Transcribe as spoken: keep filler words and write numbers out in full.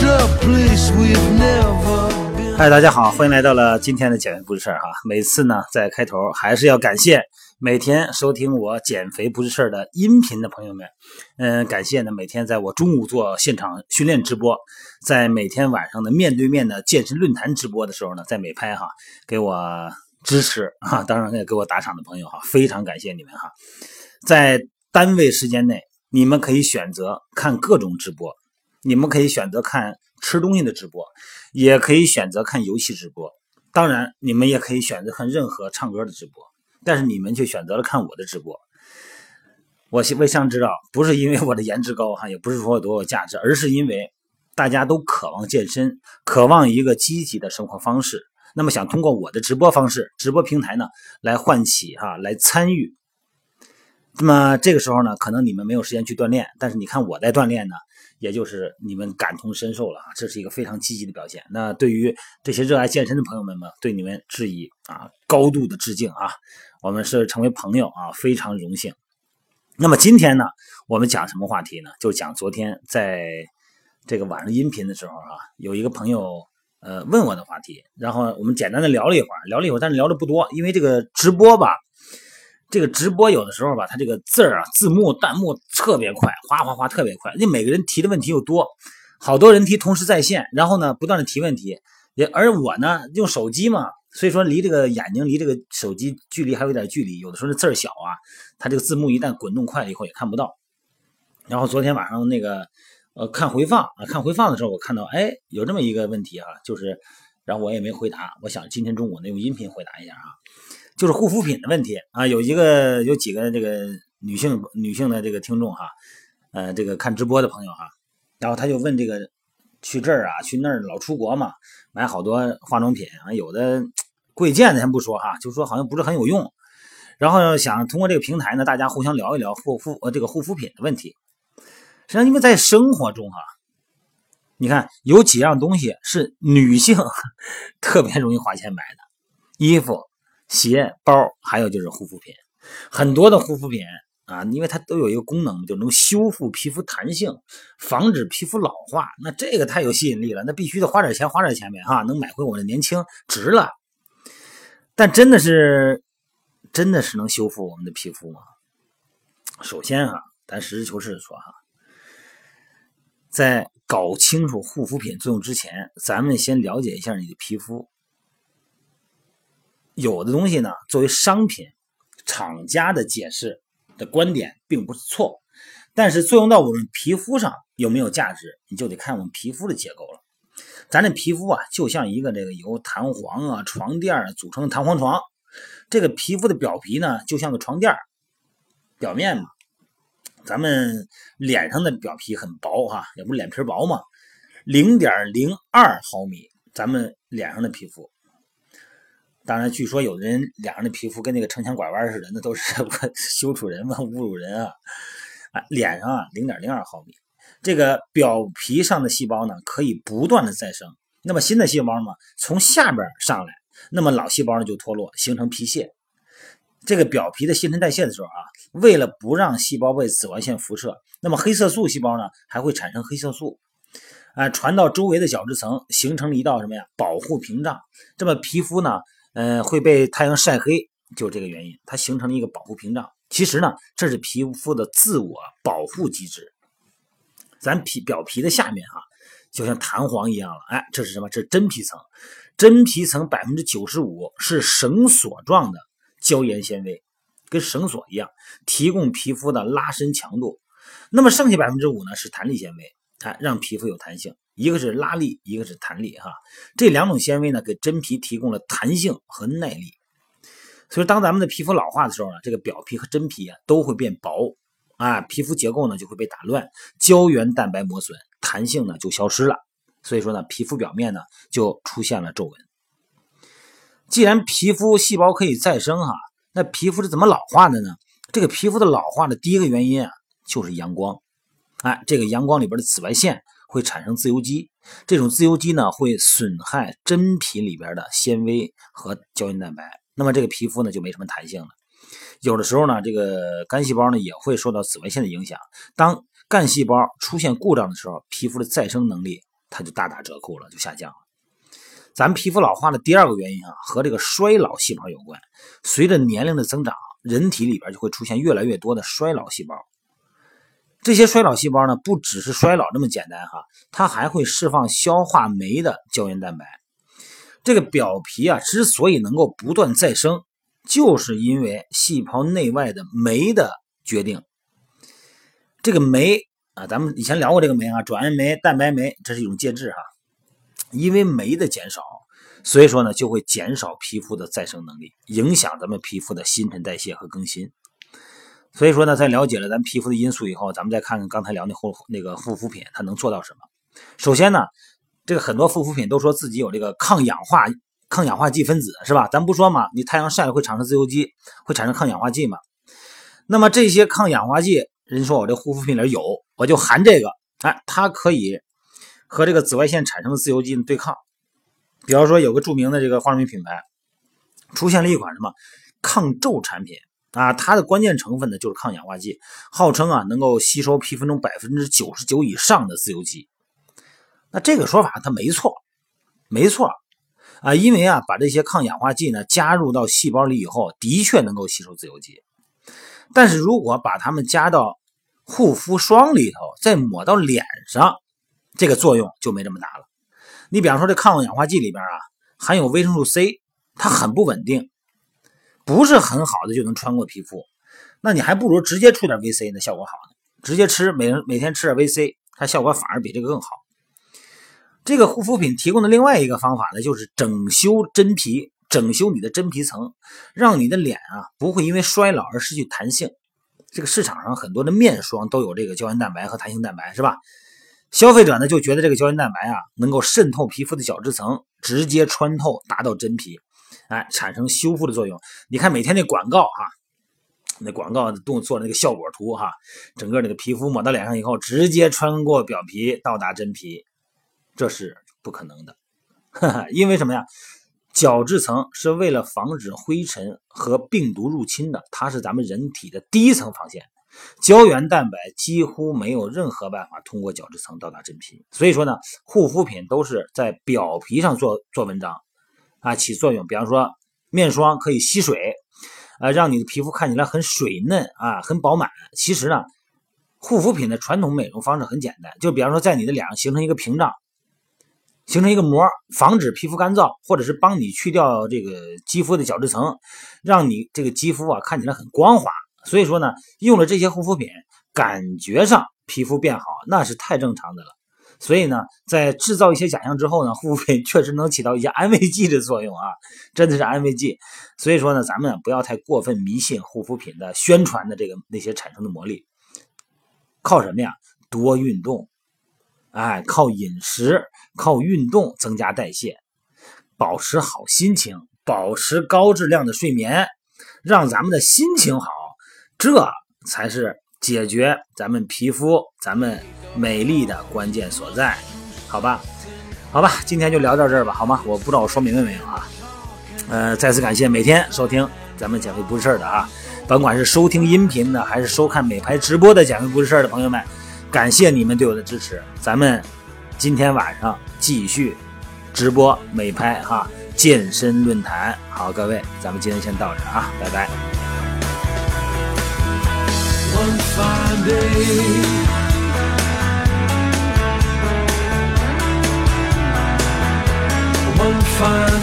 嗨，大家好，欢迎来到了今天的减肥不是事儿哈。每次呢，在开头还是要感谢每天收听我减肥不是事儿的音频的朋友们。嗯，感谢呢每天在我中午做现场训练直播，在每天晚上的面对面的健身论坛直播的时候呢，在美拍哈给我支持哈，当然也给我打赏的朋友哈，非常感谢你们哈。在单位时间内，你们可以选择看各种直播，你们可以选择看吃东西的直播，也可以选择看游戏直播，当然你们也可以选择看任何唱歌的直播，但是你们却选择了看我的直播。我为想知道，不是因为我的颜值高哈，也不是说我多有价值，而是因为大家都渴望健身，渴望一个积极的生活方式，那么想通过我的直播方式直播平台呢来唤起哈，来参与。那么这个时候呢，可能你们没有时间去锻炼，但是你看我在锻炼呢，也就是你们感同身受了啊，这是一个非常积极的表现。那对于这些热爱健身的朋友们呢，对你们致以啊高度的致敬啊，我们是成为朋友啊，非常荣幸。那么今天呢，我们讲什么话题呢？就讲昨天在这个晚上音频的时候啊，有一个朋友呃问我的话题，然后我们简单的聊了一会儿，聊了一会儿，但是聊的不多，因为这个直播吧。这个直播有的时候吧，它这个字儿啊、字幕、弹幕特别快，哗哗哗特别快，因为每个人提的问题又多，好多人提同时在线，然后呢不断的提问题，也而我呢用手机嘛，所以说离这个眼睛离这个手机距离还有点距离，有的时候这字儿小啊，它这个字幕一旦滚动快了以后也看不到。然后昨天晚上那个呃看回放啊，看回放的时候我看到哎有这么一个问题啊，就是然后我也没回答，我想今天中午呢用音频回答一下啊。就是护肤品的问题啊，有一个有几个这个女性女性的这个听众哈，呃，这个看直播的朋友哈，然后他就问这个去这儿啊，去那儿老出国嘛，买好多化妆品啊，有的贵贱的先不说哈，就说好像不是很有用，然后想通过这个平台呢，大家互相聊一聊护肤呃这个护肤品的问题。实际上，因为在生活中哈，你看有几样东西是女性特别容易花钱买的，衣服。鞋、包，还有就是护肤品，很多的护肤品啊，因为它都有一个功能，就能修复皮肤弹性，防止皮肤老化。那这个太有吸引力了，那必须得花点钱，花点钱呗哈，能买回我的年轻，值了。但真的是，真的是能修复我们的皮肤吗？首先哈，咱实事求是说哈，在搞清楚护肤品作用之前，咱们先了解一下你的皮肤。有的东西呢，作为商品，厂家的解释的观点并不是错，但是作用到我们皮肤上有没有价值，你就得看我们皮肤的结构了。咱的皮肤啊，就像一个这个由弹簧啊、床垫啊组成的弹簧床，这个皮肤的表皮呢，就像个床垫表面嘛。咱们脸上的表皮很薄哈，也不是脸皮薄嘛， 零点零二毫米，咱们脸上的皮肤。当然据说有的人脸上的皮肤跟那个城墙拐弯似的，那都是羞辱人嘛，侮辱人啊！啊，脸上啊 零点零二毫米，这个表皮上的细胞呢可以不断的再生，那么新的细胞呢从下边上来，那么老细胞呢就脱落形成皮屑。这个表皮的新陈代谢的时候啊，为了不让细胞被紫外线辐射，那么黑色素细胞呢还会产生黑色素啊，传到周围的角质层，形成了一道什么呀保护屏障。这么皮肤呢呃，会被太阳晒黑，就这个原因，它形成了一个保护屏障。其实呢，这是皮肤的自我保护机制。咱皮表皮的下面哈、啊，就像弹簧一样了。哎，这是什么？这是真皮层。真皮层 百分之九十五 是绳索状的胶原纤维，跟绳索一样，提供皮肤的拉伸强度。那么剩下 百分之五 呢是弹力纤维，哎，让皮肤有弹性。一个是拉力，一个是弹力哈，这两种纤维呢给真皮提供了弹性和耐力。所以当咱们的皮肤老化的时候呢，这个表皮和真皮啊都会变薄啊，皮肤结构呢就会被打乱，胶原蛋白磨损，弹性呢就消失了。所以说呢，皮肤表面呢就出现了皱纹。既然皮肤细胞可以再生哈，那皮肤是怎么老化的呢？这个皮肤的老化的第一个原因啊就是阳光。哎，这个阳光里边的紫外线会产生自由基，这种自由基呢会损害真皮里边的纤维和胶原蛋白，那么这个皮肤呢就没什么弹性了。有的时候呢，这个干细胞呢也会受到紫外线的影响，当干细胞出现故障的时候，皮肤的再生能力它就大打折扣了，就下降了。咱们皮肤老化的第二个原因啊，和这个衰老细胞有关。随着年龄的增长，人体里边就会出现越来越多的衰老细胞。这些衰老细胞呢，不只是衰老这么简单哈，它还会释放消化酶的胶原蛋白。这个表皮啊，之所以能够不断再生，就是因为细胞内外的酶的决定。这个酶啊，咱们以前聊过这个酶啊，转氨酶、蛋白酶，这是一种介质哈。因为酶的减少，所以说呢，就会减少皮肤的再生能力，影响咱们皮肤的新陈代谢和更新。所以说呢，在了解了咱皮肤的因素以后，咱们再看看刚才聊那护那个护肤品，它能做到什么。首先呢，这个很多护肤品都说自己有这个抗氧化抗氧化剂分子，是吧？咱不说嘛，你太阳晒了会产生自由基，会产生抗氧化剂嘛。那么这些抗氧化剂，人说我这护肤品里有，我就含这个，哎，它可以和这个紫外线产生的自由基对抗。比方说有个著名的这个化妆品品牌出现了一款什么抗皱产品啊，它的关键成分呢就是抗氧化剂，号称啊能够吸收皮肤中 百分之九十九 以上的自由基。那这个说法它没错，没错啊，因为啊把这些抗氧化剂呢加入到细胞里以后，的确能够吸收自由基。但是如果把它们加到护肤霜里头，再抹到脸上，这个作用就没这么大了。你比方说这抗氧化剂里边啊含有维生素 C， 它很不稳定，不是很好的就能穿过皮肤，那你还不如直接出点 V C 呢，效果好呢。直接吃，每每天吃点 V C， 它效果反而比这个更好。这个护肤品提供的另外一个方法呢，就是整修真皮，整修你的真皮层，让你的脸啊不会因为衰老而失去弹性。这个市场上很多的面霜都有这个胶原蛋白和弹性蛋白，是吧？消费者呢就觉得这个胶原蛋白啊能够渗透皮肤的角质层，直接穿透达到真皮，哎，产生修复的作用。你看每天那广告哈，那广告做那个效果图哈，整个那个皮肤抹到脸上以后，直接穿过表皮到达真皮，这是不可能的。呵呵，因为什么呀？角质层是为了防止灰尘和病毒入侵的，它是咱们人体的第一层防线。胶原蛋白几乎没有任何办法通过角质层到达真皮，所以说呢，护肤品都是在表皮上做做文章啊，起作用。比方说面霜可以吸水，啊，让你的皮肤看起来很水嫩啊，很饱满。其实呢，护肤品的传统美容方式很简单，就比方说在你的脸上形成一个屏障，形成一个膜，防止皮肤干燥，或者是帮你去掉这个肌肤的角质层，让你这个肌肤啊看起来很光滑。所以说呢，用了这些护肤品，感觉上皮肤变好，那是太正常的了。所以呢，在制造一些假象之后呢，护肤品确实能起到一些安慰剂的作用啊，真的是安慰剂。所以说呢，咱们不要太过分迷信护肤品的宣传的这个那些产生的魔力。靠什么呀？多运动，哎，靠饮食，靠运动增加代谢，保持好心情，保持高质量的睡眠，让咱们的心情好。这才是解决咱们皮肤咱们美丽的关键所在，好吧好吧今天就聊到这儿吧，好吗？我不知道我说明白没有啊？呃，再次感谢每天收听咱们减肥不是事儿的啊，甭管是收听音频的还是收看美拍直播的减肥不是事儿的朋友们，感谢你们对我的支持。咱们今天晚上继续直播美拍哈健身论坛。好，各位，咱们今天先到这儿啊，拜拜。 One fine day, one fine